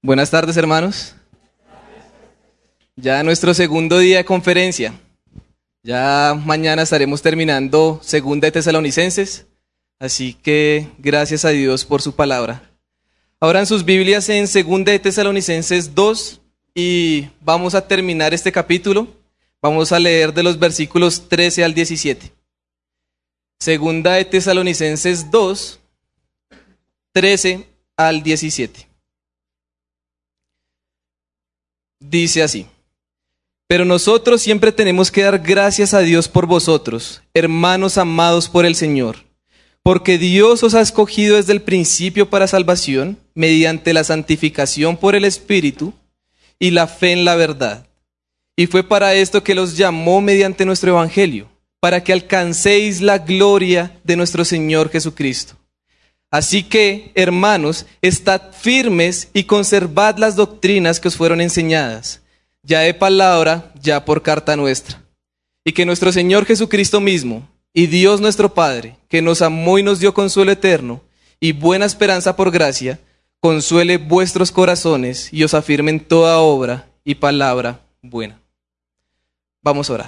Buenas tardes, hermanos. Ya nuestro segundo día de conferencia. Ya mañana estaremos terminando Segunda de Tesalonicenses, así que gracias a Dios por su palabra. Abran sus Biblias en Segunda de Tesalonicenses 2 y vamos a terminar este capítulo. Vamos a leer de los versículos 13 al 17. Segunda de Tesalonicenses 2, 13 al 17. Dice así: pero nosotros siempre tenemos que dar gracias a Dios por vosotros, hermanos amados por el Señor, porque Dios os ha escogido desde el principio para salvación, mediante la santificación por el Espíritu y la fe en la verdad. Y fue para esto que los llamó mediante nuestro Evangelio, para que alcancéis la gloria de nuestro Señor Jesucristo. Así que, hermanos, estad firmes y conservad las doctrinas que os fueron enseñadas, ya de palabra, ya por carta nuestra. Y que nuestro Señor Jesucristo mismo, y Dios nuestro Padre, que nos amó y nos dio consuelo eterno, y buena esperanza por gracia, consuele vuestros corazones y os afirme en toda obra y palabra buena. Vamos a orar.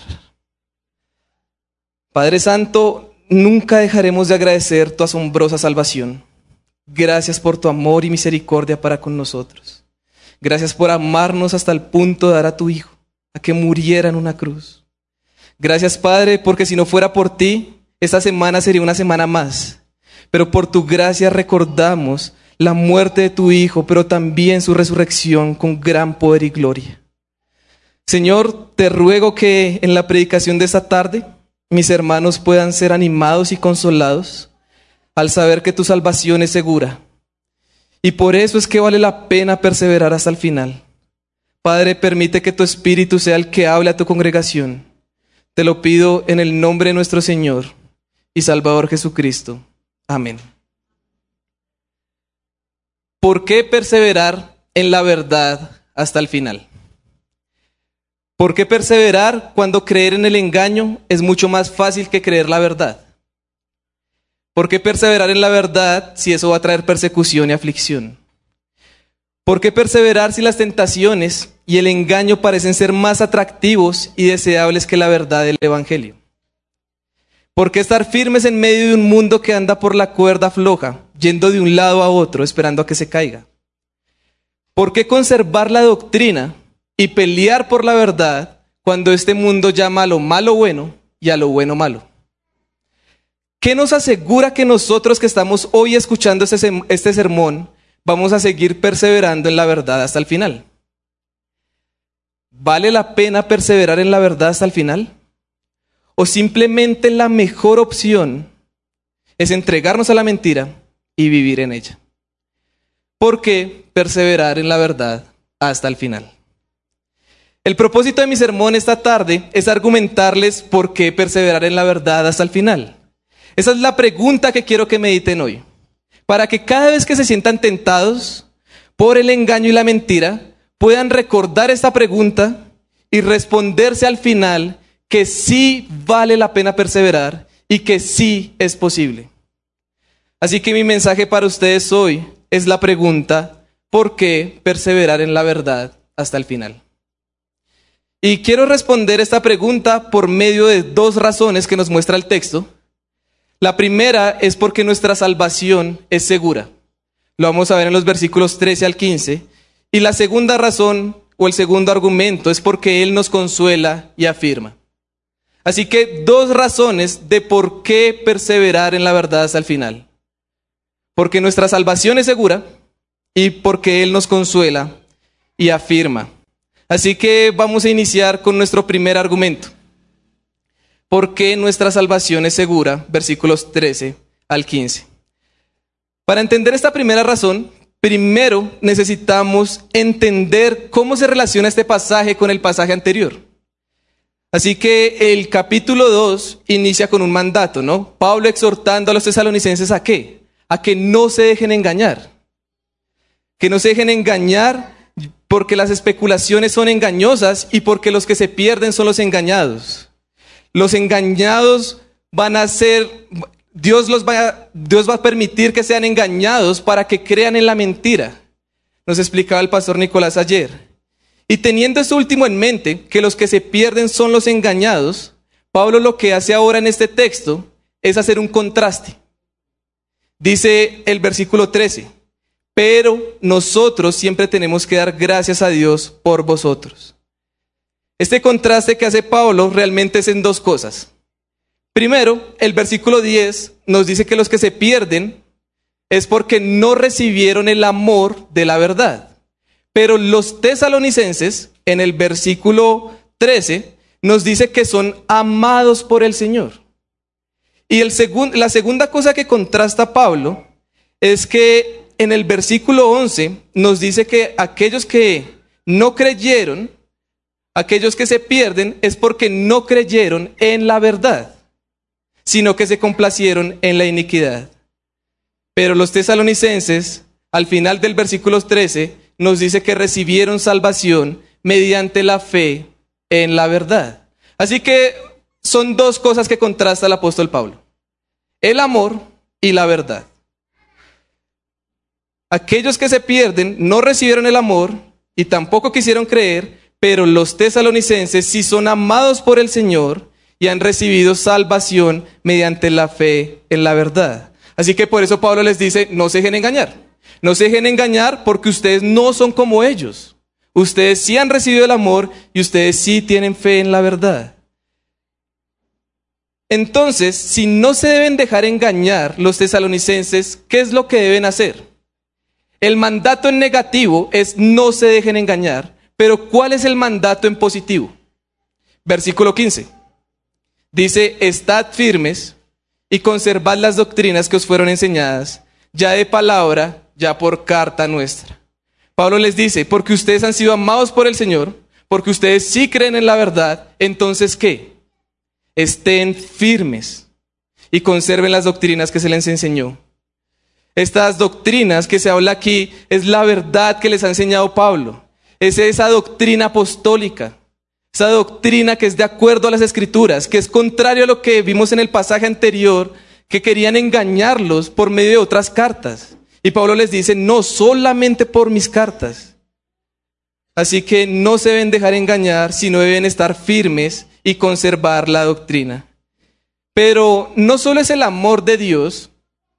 Padre Santo, nunca dejaremos de agradecer tu asombrosa salvación. Gracias por tu amor y misericordia para con nosotros. Gracias por amarnos hasta el punto de dar a tu Hijo, a que muriera en una cruz. Gracias, Padre, porque si no fuera por ti, esta semana sería una semana más. Pero por tu gracia recordamos la muerte de tu Hijo, pero también su resurrección con gran poder y gloria. Señor, te ruego que en la predicación de esta tarde mis hermanos puedan ser animados y consolados al saber que tu salvación es segura. Y por eso es que vale la pena perseverar hasta el final. Padre, permite que tu Espíritu sea el que hable a tu congregación. Te lo pido en el nombre de nuestro Señor y Salvador Jesucristo. Amén. ¿Por qué perseverar en la verdad hasta el final? ¿Por qué perseverar cuando creer en el engaño es mucho más fácil que creer la verdad? ¿Por qué perseverar en la verdad si eso va a traer persecución y aflicción? ¿Por qué perseverar si las tentaciones y el engaño parecen ser más atractivos y deseables que la verdad del Evangelio? ¿Por qué estar firmes en medio de un mundo que anda por la cuerda floja, yendo de un lado a otro, esperando a que se caiga? ¿Por qué conservar la doctrina y pelear por la verdad cuando este mundo llama a lo malo bueno y a lo bueno malo? ¿Qué nos asegura que nosotros que estamos hoy escuchando este sermón vamos a seguir perseverando en la verdad hasta el final? ¿Vale la pena perseverar en la verdad hasta el final? ¿O simplemente la mejor opción es entregarnos a la mentira y vivir en ella? ¿Por qué perseverar en la verdad hasta el final? El propósito de mi sermón esta tarde es argumentarles por qué perseverar en la verdad hasta el final. Esa es la pregunta que quiero que mediten hoy. Para que cada vez que se sientan tentados por el engaño y la mentira, puedan recordar esta pregunta y responderse al final que sí vale la pena perseverar y que sí es posible. Así que mi mensaje para ustedes hoy es la pregunta: ¿por qué perseverar en la verdad hasta el final? Y quiero responder esta pregunta por medio de dos razones que nos muestra el texto. La primera es porque nuestra salvación es segura. Lo vamos a ver en los versículos 13 al 15. Y la segunda razón o el segundo argumento es porque Él nos consuela y afirma. Así que dos razones de por qué perseverar en la verdad hasta el final. Porque nuestra salvación es segura y porque Él nos consuela y afirma. Así que vamos a iniciar con nuestro primer argumento. ¿Por qué nuestra salvación es segura? Versículos 13 al 15. Para entender esta primera razón, primero necesitamos entender cómo se relaciona este pasaje con el pasaje anterior. Así que el capítulo 2 inicia con un mandato, ¿no? Pablo exhortando a los tesalonicenses ¿a qué? A que no se dejen engañar. Que no se dejen engañar porque las especulaciones son engañosas y porque los que se pierden son los engañados. Los engañados van a ser, Dios va a permitir que sean engañados para que crean en la mentira. nos explicaba el pastor Nicolás ayer. Y teniendo esto último en mente, que los que se pierden son los engañados, Pablo lo que hace ahora en este texto es hacer un contraste. Dice el versículo 13, pero nosotros siempre tenemos que dar gracias a Dios por vosotros. Este contraste que hace Pablo realmente es en dos cosas. Primero, el versículo 10 nos dice que los que se pierden es porque no recibieron el amor de la verdad. Pero los tesalonicenses, en el versículo 13, nos dice que son amados por el Señor. Y la segunda cosa que contrasta Pablo es que en el versículo 11 nos dice que aquellos que no creyeron, aquellos que se pierden, es porque no creyeron en la verdad, sino que se complacieron en la iniquidad. Pero los tesalonicenses, al final del versículo 13, nos dice que recibieron salvación mediante la fe en la verdad. Así que son dos cosas que contrasta el apóstol Pablo: el amor y la verdad. Aquellos que se pierden no recibieron el amor y tampoco quisieron creer, pero los tesalonicenses sí son amados por el Señor y han recibido salvación mediante la fe en la verdad. Así que por eso Pablo les dice, no se dejen engañar. No se dejen engañar porque ustedes no son como ellos. Ustedes sí han recibido el amor y ustedes sí tienen fe en la verdad. Entonces, si no se deben dejar engañar los tesalonicenses, ¿qué es lo que deben hacer? El mandato en negativo es no se dejen engañar, pero ¿cuál es el mandato en positivo? Versículo 15. Dice, estad firmes y conservad las doctrinas que os fueron enseñadas, ya de palabra, ya por carta nuestra. Pablo les dice, porque ustedes han sido amados por el Señor, porque ustedes sí creen en la verdad, entonces ¿qué? Estén firmes y conserven las doctrinas que se les enseñó. Estas doctrinas que se habla aquí es la verdad que les ha enseñado Pablo. Es esa doctrina apostólica, esa doctrina que es de acuerdo a las Escrituras, que es contrario a lo que vimos en el pasaje anterior, que querían engañarlos por medio de otras cartas. Y Pablo les dice, no solamente por mis cartas. Así que no se deben dejar engañar, sino deben estar firmes y conservar la doctrina. Pero no solo es el amor de Dios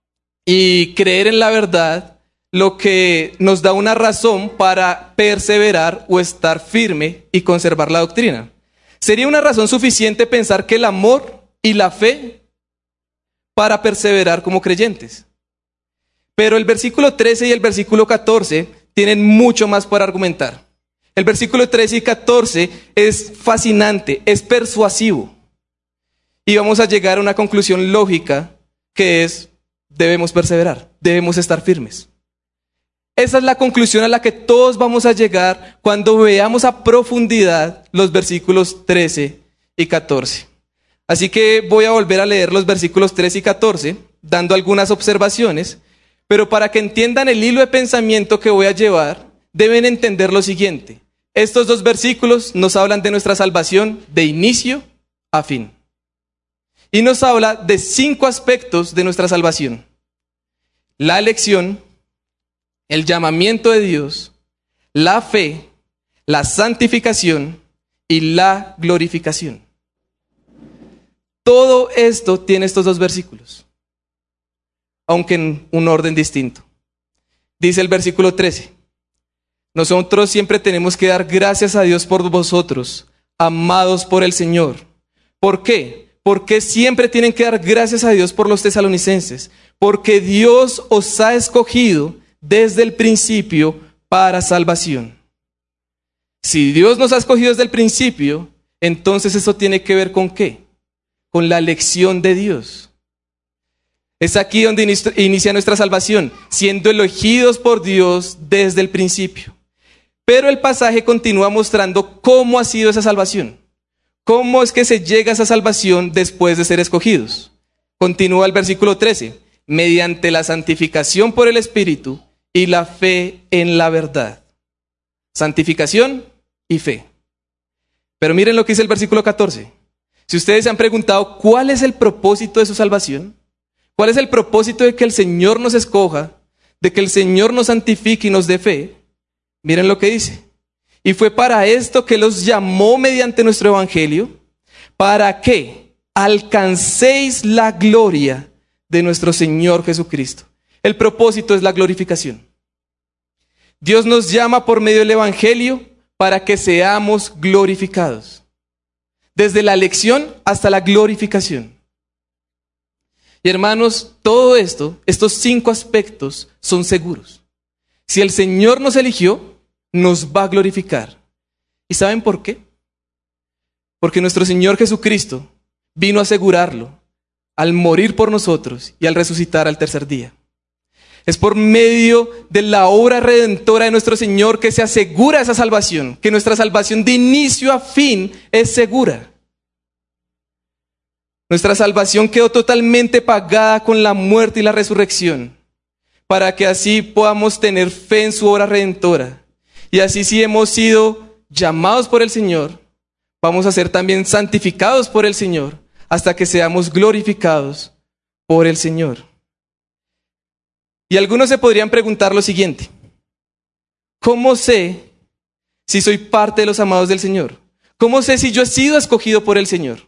y creer en la verdad lo que nos da una razón para perseverar o estar firme y conservar la doctrina. Sería una razón suficiente pensar que el amor y la fe para perseverar como creyentes. Pero el versículo 13 y el versículo 14 tienen mucho más para argumentar. El versículo 13 y 14 es fascinante, es persuasivo. Y vamos a llegar a una conclusión lógica que es, debemos perseverar, debemos estar firmes. Esa es la conclusión a la que todos vamos a llegar cuando veamos a profundidad los versículos 13 y 14. Así que voy a volver a leer los versículos 13 y 14, dando algunas observaciones, pero para que entiendan el hilo de pensamiento que voy a llevar, deben entender lo siguiente. Estos dos versículos nos hablan de nuestra salvación de inicio a fin. Y nos habla de 5 aspectos de nuestra salvación: la elección, el llamamiento de Dios, la fe, la santificación y la glorificación. Todo esto tiene estos dos versículos, aunque en un orden distinto. Dice el versículo 13, nosotros siempre tenemos que dar gracias a Dios por vosotros, amados por el Señor. ¿Por qué? Porque siempre tienen que dar gracias a Dios por los tesalonicenses, porque Dios os ha escogido desde el principio para salvación. Si Dios nos ha escogido desde el principio, entonces eso tiene que ver ¿con qué? Con la elección de Dios. Es aquí donde inicia nuestra salvación, siendo elegidos por Dios desde el principio. Pero el pasaje continúa mostrando cómo ha sido esa salvación. ¿Cómo es que se llega a esa salvación después de ser escogidos? Continúa el versículo 13, mediante la santificación por el Espíritu y la fe en la verdad. Santificación y fe. Pero miren lo que dice el versículo 14. Si ustedes se han preguntado cuál es el propósito de su salvación, cuál es el propósito de que el Señor nos escoja, de que el Señor nos santifique y nos dé fe, Miren lo que dice. Y fue para esto que los llamó mediante nuestro evangelio, para que alcancéis la gloria de nuestro Señor Jesucristo. El propósito es la glorificación. Dios nos llama por medio del evangelio para que seamos glorificados. Desde la elección hasta la glorificación. Y hermanos, todo esto, estos 5 aspectos son seguros. Si el Señor nos eligió, nos va a glorificar. ¿Y saben por qué? Porque nuestro Señor Jesucristo vino a asegurarlo al morir por nosotros y al resucitar al tercer día. Es por medio de la obra redentora de nuestro Señor que se asegura esa salvación, que nuestra salvación de inicio a fin es segura. Nuestra salvación quedó totalmente pagada con la muerte y la resurrección, para que así podamos tener fe en su obra redentora. Y así, si hemos sido llamados por el Señor, vamos a ser también santificados por el Señor, hasta que seamos glorificados por el Señor. Y algunos se podrían preguntar lo siguiente: ¿cómo sé si soy parte de los amados del Señor? ¿Cómo sé si yo he sido escogido por el Señor?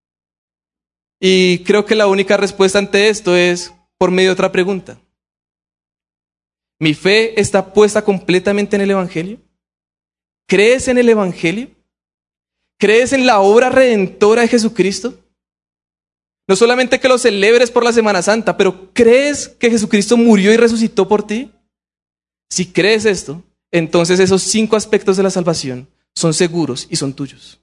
Y creo que la única respuesta ante esto es por medio de otra pregunta. ¿Mi fe está puesta completamente en el Evangelio? ¿Crees en el Evangelio? ¿Crees en la obra redentora de Jesucristo? No solamente que lo celebres por la Semana Santa, pero ¿crees que Jesucristo murió y resucitó por ti? Si crees esto, entonces esos 5 aspectos de la salvación son seguros y son tuyos.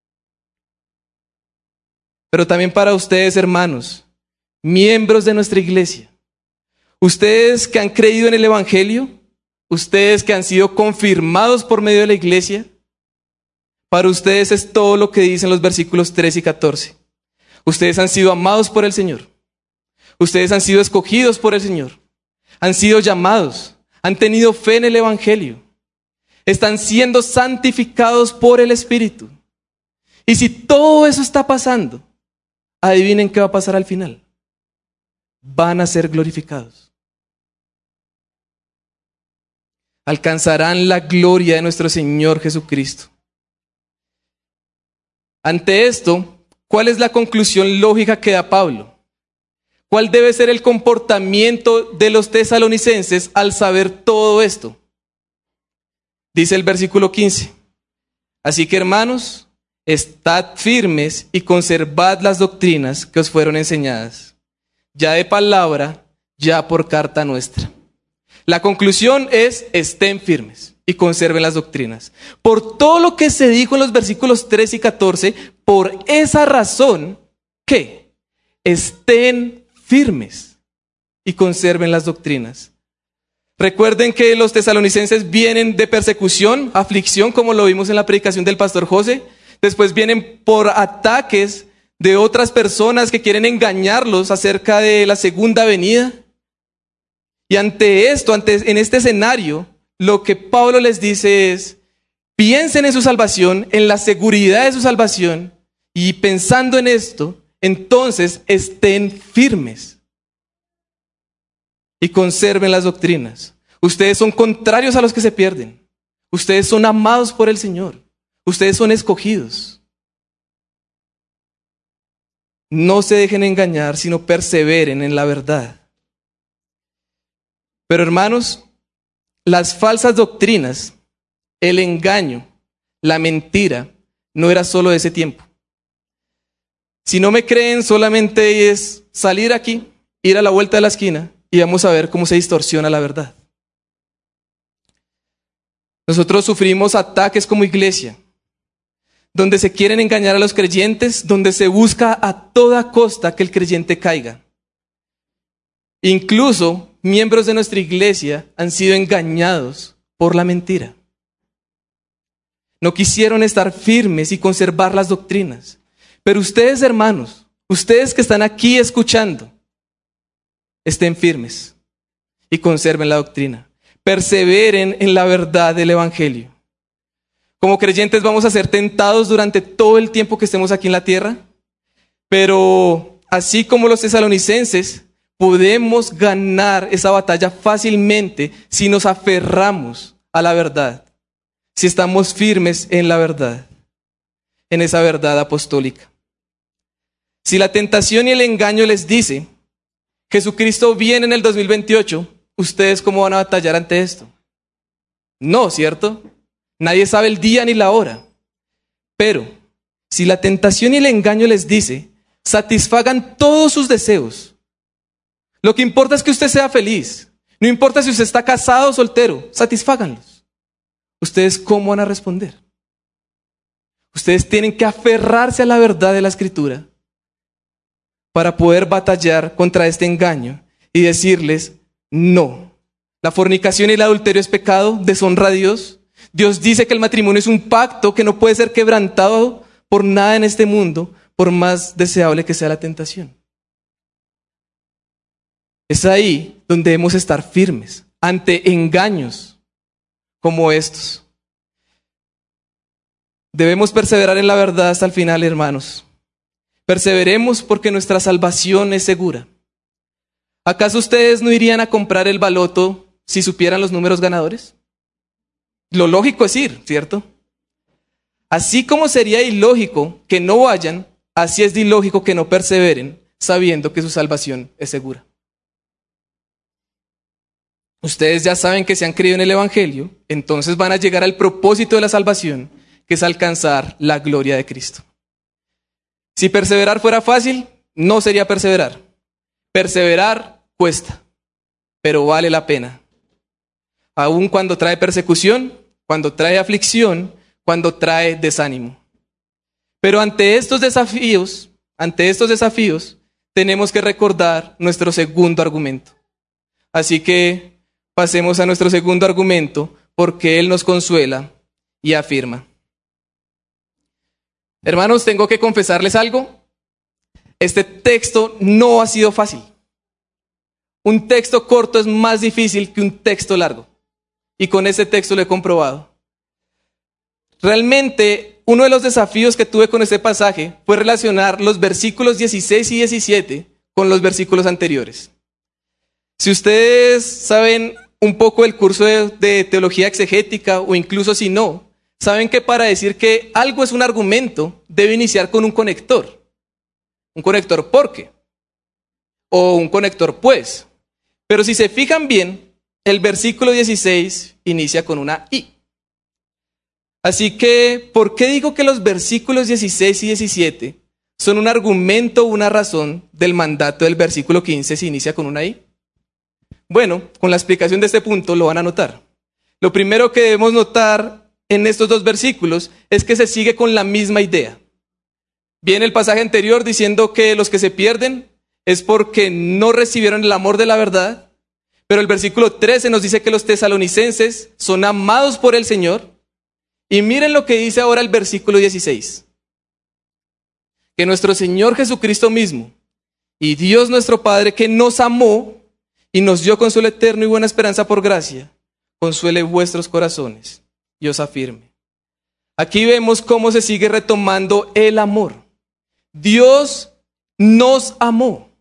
Pero también para ustedes, hermanos, miembros de nuestra iglesia, ustedes que han creído en el Evangelio, ustedes que han sido confirmados por medio de la iglesia, para ustedes es todo lo que dicen los versículos 13 y 14. Ustedes han sido amados por el Señor. Ustedes han sido escogidos por el Señor. Han sido llamados. Han tenido fe en el Evangelio. Están siendo santificados por el Espíritu. Y si todo eso está pasando, adivinen qué va a pasar al final. Van a ser glorificados. Alcanzarán la gloria de nuestro Señor Jesucristo. Ante esto, ¿cuál es la conclusión lógica que da Pablo? ¿Cuál debe ser el comportamiento de los tesalonicenses al saber todo esto? Dice el versículo 15. Así que, hermanos, estad firmes y conservad las doctrinas que os fueron enseñadas, ya de palabra, ya por carta nuestra. La conclusión es: estén firmes y conserven las doctrinas. Por todo lo que se dijo en los versículos 13 y 14, por esa razón, ¿qué? Estén firmes y conserven las doctrinas. Recuerden que los tesalonicenses vienen de persecución, aflicción, como lo vimos en la predicación del pastor José. Después vienen por ataques de otras personas que quieren engañarlos acerca de la segunda venida. Y ante esto, en este escenario, lo que Pablo les dice es: piensen en su salvación, en la seguridad de su salvación, y pensando en esto, entonces estén firmes y conserven las doctrinas. Ustedes son contrarios a los que se pierden. Ustedes son amados por el Señor. Ustedes son escogidos. No se dejen engañar, sino perseveren en la verdad. Pero hermanos, las falsas doctrinas, el engaño, la mentira, no era solo de ese tiempo. Si no me creen, solamente es salir aquí, ir a la vuelta de la esquina y vamos a ver cómo se distorsiona la verdad. Nosotros sufrimos ataques como iglesia, donde se quieren engañar a los creyentes, donde se busca a toda costa que el creyente caiga. Incluso miembros de nuestra iglesia han sido engañados por la mentira. No quisieron estar firmes y conservar las doctrinas. Pero ustedes, hermanos, ustedes que están aquí escuchando, estén firmes y conserven la doctrina. Perseveren en la verdad del Evangelio. Como creyentes vamos a ser tentados durante todo el tiempo que estemos aquí en la tierra, pero así como los tesalonicenses, podemos ganar esa batalla fácilmente si nos aferramos a la verdad, si estamos firmes en la verdad, en esa verdad apostólica. Si la tentación y el engaño les dice, Jesucristo viene en el 2028, ¿ustedes cómo van a batallar ante esto? No, ¿cierto? Nadie sabe el día ni la hora. Pero si la tentación y el engaño les dice, satisfagan todos sus deseos. Lo que importa es que usted sea feliz. No importa si usted está casado o soltero, satisfáganlos. ¿Ustedes cómo van a responder? Ustedes tienen que aferrarse a la verdad de la Escritura para poder batallar contra este engaño y decirles, no, la fornicación y el adulterio es pecado, deshonra a Dios. Dios dice que el matrimonio es un pacto que no puede ser quebrantado por nada en este mundo, por más deseable que sea la tentación. Es ahí donde debemos estar firmes ante engaños como estos. Debemos perseverar en la verdad hasta el final, hermanos. Perseveremos porque nuestra salvación es segura. ¿Acaso ustedes no irían a comprar el baloto si supieran los números ganadores? Lo lógico es ir, ¿cierto? Así como sería ilógico que no vayan, así es de ilógico que no perseveren sabiendo que su salvación es segura. Ustedes ya saben que se han creído en el Evangelio, entonces van a llegar al propósito de la salvación, que es alcanzar la gloria de Cristo. Si perseverar fuera fácil, no sería perseverar. Perseverar cuesta, pero vale la pena. Aun cuando trae persecución, cuando trae aflicción, cuando trae desánimo. Pero ante estos desafíos, tenemos que recordar nuestro segundo argumento. Así que pasemos a nuestro segundo argumento, porque Él nos consuela y afirma. Hermanos, tengo que confesarles algo. Este texto no ha sido fácil. Un texto corto es más difícil que un texto largo. Y con ese texto lo he comprobado. Realmente, uno de los desafíos que tuve con este pasaje fue relacionar los versículos 16 y 17 con los versículos anteriores. Si ustedes saben un poco del curso de teología exegética, o incluso si no, saben que para decir que algo es un argumento, debe iniciar con un conector. Un conector porque, o un conector pues. Pero si se fijan bien, el versículo 16 inicia con una I. Así que, ¿por qué digo que los versículos 16 y 17 son un argumento o una razón del mandato del versículo 15 si inicia con una I? Bueno, con la explicación de este punto lo van a notar. Lo primero que debemos notar en estos dos versículos es que se sigue con la misma idea. Viene el pasaje anterior diciendo que los que se pierden es porque no recibieron el amor de la verdad, pero el versículo 13 nos dice que los tesalonicenses son amados por el Señor. Y miren lo que dice ahora el versículo 16. Que nuestro Señor Jesucristo mismo y Dios nuestro Padre, que nos amó y nos dio consuelo eterno y buena esperanza por gracia, consuele vuestros corazones y os afirme. Aquí vemos cómo se sigue retomando el amor. Dios nos amó.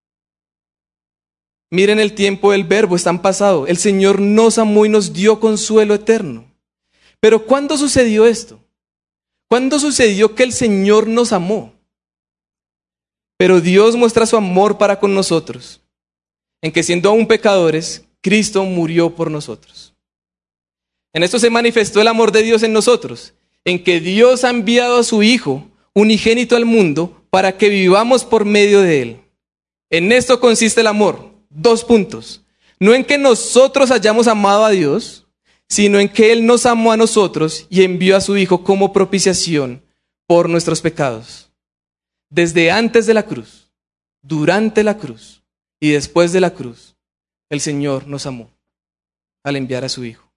Miren el tiempo del verbo, está en pasado. El Señor nos amó y nos dio consuelo eterno. Pero ¿cuándo sucedió esto? ¿Cuándo sucedió que el Señor nos amó? Pero Dios muestra su amor para con nosotros, en que siendo aún pecadores, Cristo murió por nosotros. En esto se manifestó el amor de Dios en nosotros, en que Dios ha enviado a su Hijo unigénito al mundo para que vivamos por medio de Él. En esto consiste el amor. 2 puntos. No en que nosotros hayamos amado a Dios, sino en que Él nos amó a nosotros y envió a su Hijo como propiciación por nuestros pecados. Desde antes de la cruz, durante la cruz y después de la cruz, el Señor nos amó al enviar a su Hijo.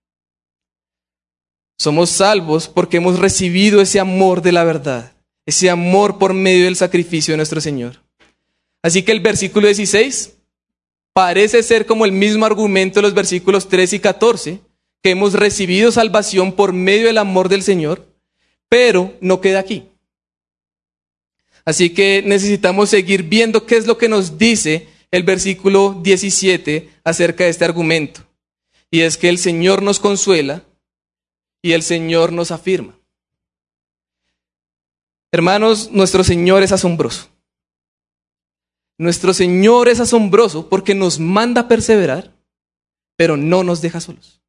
Somos salvos porque hemos recibido ese amor de la verdad, ese amor por medio del sacrificio de nuestro Señor. Así que el versículo 16 parece ser como el mismo argumento de los versículos 13 y 14, que hemos recibido salvación por medio del amor del Señor, pero no queda aquí. Así que necesitamos seguir viendo qué es lo que nos dice el versículo 17 acerca de este argumento. Y es que el Señor nos consuela y el Señor nos afirma. Hermanos, nuestro Señor es asombroso. Nuestro Señor es asombroso porque nos manda a perseverar, pero no nos deja solos.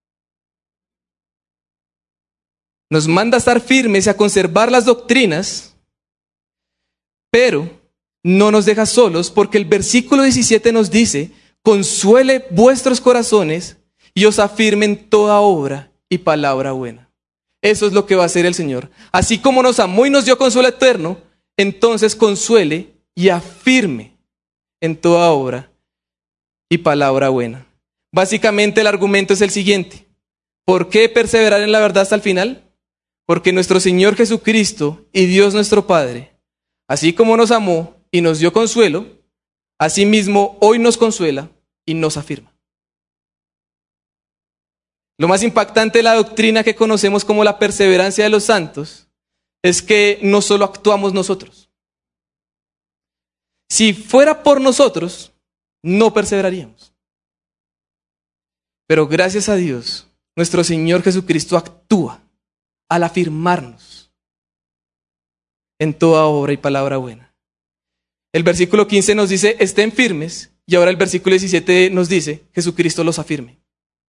Nos manda a estar firmes y a conservar las doctrinas, pero no nos deja solos porque el versículo 17 nos dice: consuele vuestros corazones y os afirme en toda obra y palabra buena. Eso es lo que va a hacer el Señor. Así como nos amó y nos dio consuelo eterno, entonces consuele y afirme en toda obra y palabra buena. Básicamente el argumento es el siguiente: ¿por qué perseverar en la verdad hasta el final? Porque nuestro Señor Jesucristo y Dios nuestro Padre, así como nos amó y nos dio consuelo, asimismo hoy nos consuela y nos afirma. Lo más impactante de la doctrina que conocemos como la perseverancia de los santos es que no solo actuamos nosotros. Si fuera por nosotros, no perseveraríamos. Pero gracias a Dios, nuestro Señor Jesucristo actúa al afirmarnos en toda obra y palabra buena. El versículo 15 nos dice: estén firmes, y ahora el versículo 17 nos dice: Jesucristo los afirme.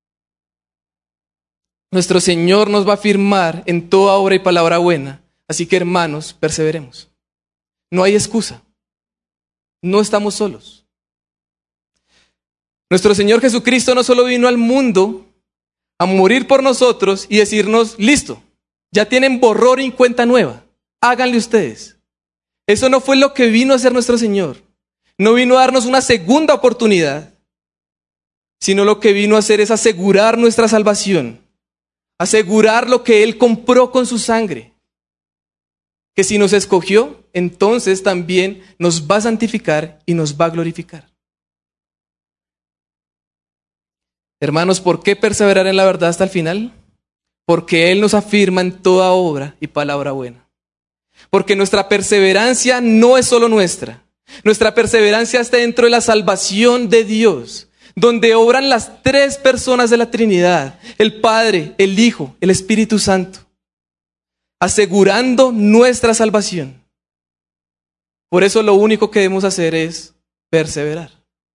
Nuestro Señor nos va a afirmar en toda obra y palabra buena, así que hermanos, perseveremos. No hay excusa. No estamos solos. Nuestro Señor Jesucristo no solo vino al mundo a morir por nosotros y decirnos: listo, ya tienen borrón y cuenta nueva, háganle ustedes. Eso no fue lo que vino a hacer nuestro Señor. No vino a darnos una segunda oportunidad, sino lo que vino a hacer es asegurar nuestra salvación, asegurar lo que Él compró con su sangre. Que si nos escogió, entonces también nos va a santificar y nos va a glorificar. Hermanos, ¿por qué perseverar en la verdad hasta el final? Porque Él nos afirma en toda obra y palabra buena. Porque nuestra perseverancia no es solo nuestra. Nuestra perseverancia está dentro de la salvación de Dios, donde obran las tres personas de la Trinidad: el Padre, el Hijo, el Espíritu Santo, asegurando nuestra salvación. Por eso lo único que debemos hacer es perseverar.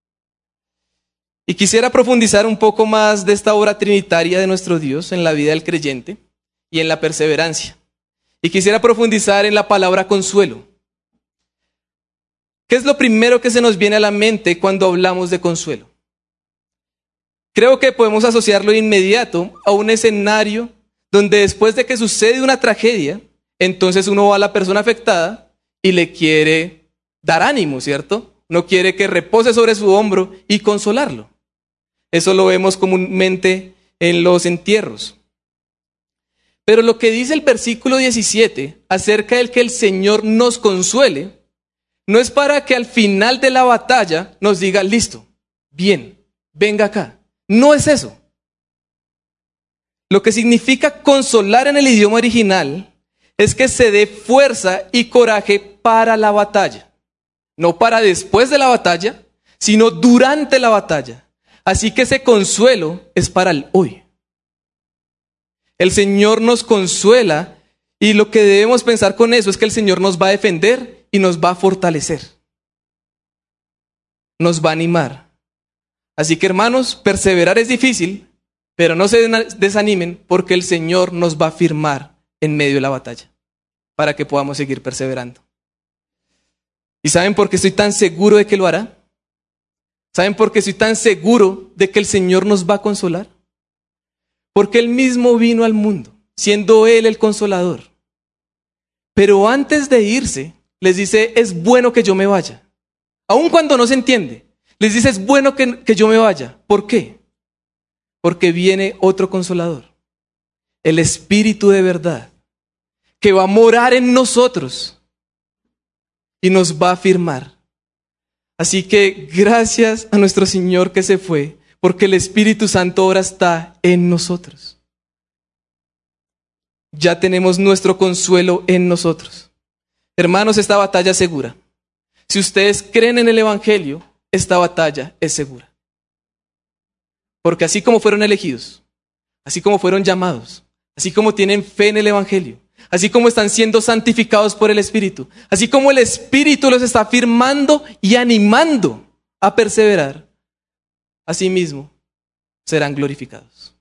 Y quisiera profundizar un poco más de esta obra trinitaria de nuestro Dios en la vida del creyente y en la perseverancia. Y quisiera profundizar en la palabra consuelo. ¿Qué es lo primero que se nos viene a la mente cuando hablamos de consuelo? Creo que podemos asociarlo de inmediato a un escenario donde después de que sucede una tragedia, entonces uno va a la persona afectada y le quiere dar ánimo, ¿cierto? No quiere que repose sobre su hombro y consolarlo. Eso lo vemos comúnmente en los entierros. Pero lo que dice el versículo 17 acerca del que el Señor nos consuele, no es para que al final de la batalla nos diga: listo, bien, venga acá. No es eso. Lo que significa consolar en el idioma original es que se dé fuerza y coraje para la batalla. No para después de la batalla, sino durante la batalla. Así que ese consuelo es para el hoy. El Señor nos consuela y lo que debemos pensar con eso es que el Señor nos va a defender y nos va a fortalecer. Nos va a animar. Así que hermanos, perseverar es difícil, pero no se desanimen porque el Señor nos va a afirmar en medio de la batalla para que podamos seguir perseverando. ¿Y saben por qué estoy tan seguro de que lo hará? ¿Saben por qué estoy tan seguro de que el Señor nos va a consolar? Porque Él mismo vino al mundo, siendo Él el consolador. Pero antes de irse, les dice: es bueno que yo me vaya. Aun cuando no se entiende, les dice: es bueno que yo me vaya. ¿Por qué? Porque viene otro consolador, el Espíritu de verdad, que va a morar en nosotros y nos va a afirmar. Así que gracias a nuestro Señor que se fue, porque el Espíritu Santo ahora está en nosotros. Ya tenemos nuestro consuelo en nosotros. Hermanos, esta batalla es segura. Si ustedes creen en el Evangelio, esta batalla es segura. Porque así como fueron elegidos, así como fueron llamados, así como tienen fe en el Evangelio, así como están siendo santificados por el Espíritu, así como el Espíritu los está afirmando y animando a perseverar, asimismo serán glorificados.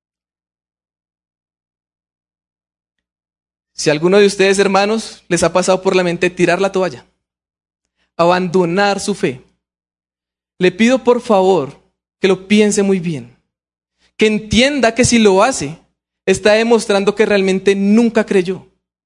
Si a alguno de ustedes, hermanos, les ha pasado por la mente tirar la toalla, abandonar su fe, le pido por favor que lo piense muy bien, que entienda que si lo hace, está demostrando que realmente nunca creyó.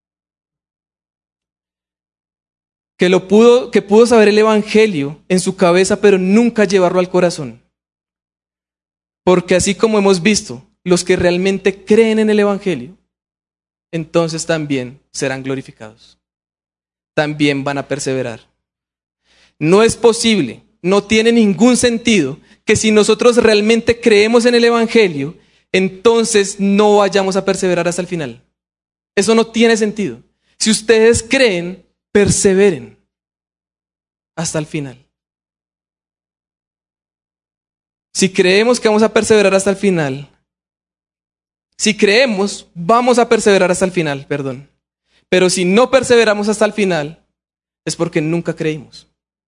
Que pudo saber el Evangelio en su cabeza, pero nunca llevarlo al corazón. Porque así como hemos visto, los que realmente creen en el Evangelio, entonces también serán glorificados. También van a perseverar. No es posible, no tiene ningún sentido que si nosotros realmente creemos en el Evangelio, entonces no vayamos a perseverar hasta el final. Eso no tiene sentido. Si ustedes creen, perseveren hasta el final. Si creemos que vamos a perseverar hasta el final, si creemos, vamos a perseverar hasta el final, perdón. Pero si no perseveramos hasta el final, es porque nunca creímos.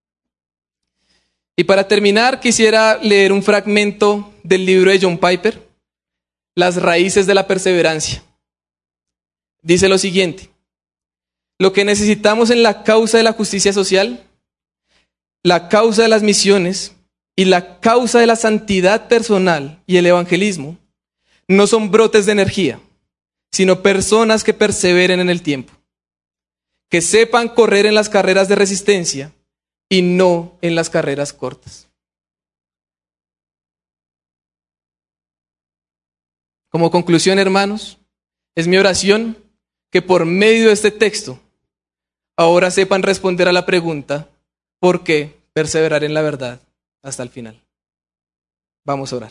Y para terminar, quisiera leer un fragmento del libro de John Piper, Las raíces de la perseverancia. Dice lo siguiente: lo que necesitamos en la causa de la justicia social, la causa de las misiones y la causa de la santidad personal y el evangelismo no son brotes de energía, sino personas que perseveren en el tiempo, que sepan correr en las carreras de resistencia y no en las carreras cortas. Como conclusión, hermanos, es mi oración que por medio de este texto ahora sepan responder a la pregunta: ¿por qué perseverar en la verdad hasta el final? Vamos a orar.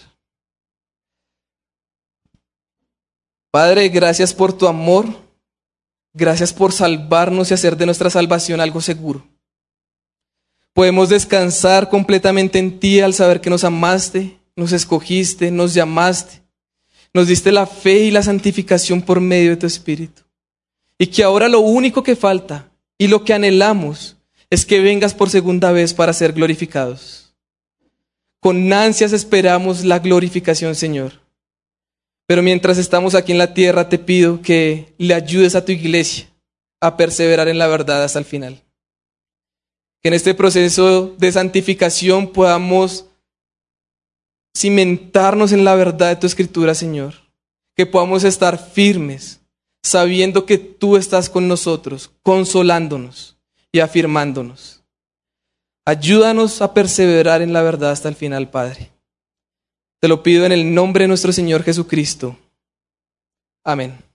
Padre, gracias por tu amor, gracias por salvarnos y hacer de nuestra salvación algo seguro. Podemos descansar completamente en ti al saber que nos amaste, nos escogiste, nos llamaste, nos diste la fe y la santificación por medio de tu Espíritu. Y que ahora lo único que falta y lo que anhelamos es que vengas por segunda vez para ser glorificados. Con ansias esperamos la glorificación, Señor. Pero mientras estamos aquí en la tierra, te pido que le ayudes a tu iglesia a perseverar en la verdad hasta el final. Que en este proceso de santificación podamos cimentarnos en la verdad de tu Escritura, Señor. Que podamos estar firmes, sabiendo que tú estás con nosotros, consolándonos y afirmándonos. Ayúdanos a perseverar en la verdad hasta el final, Padre. Te lo pido en el nombre de nuestro Señor Jesucristo. Amén.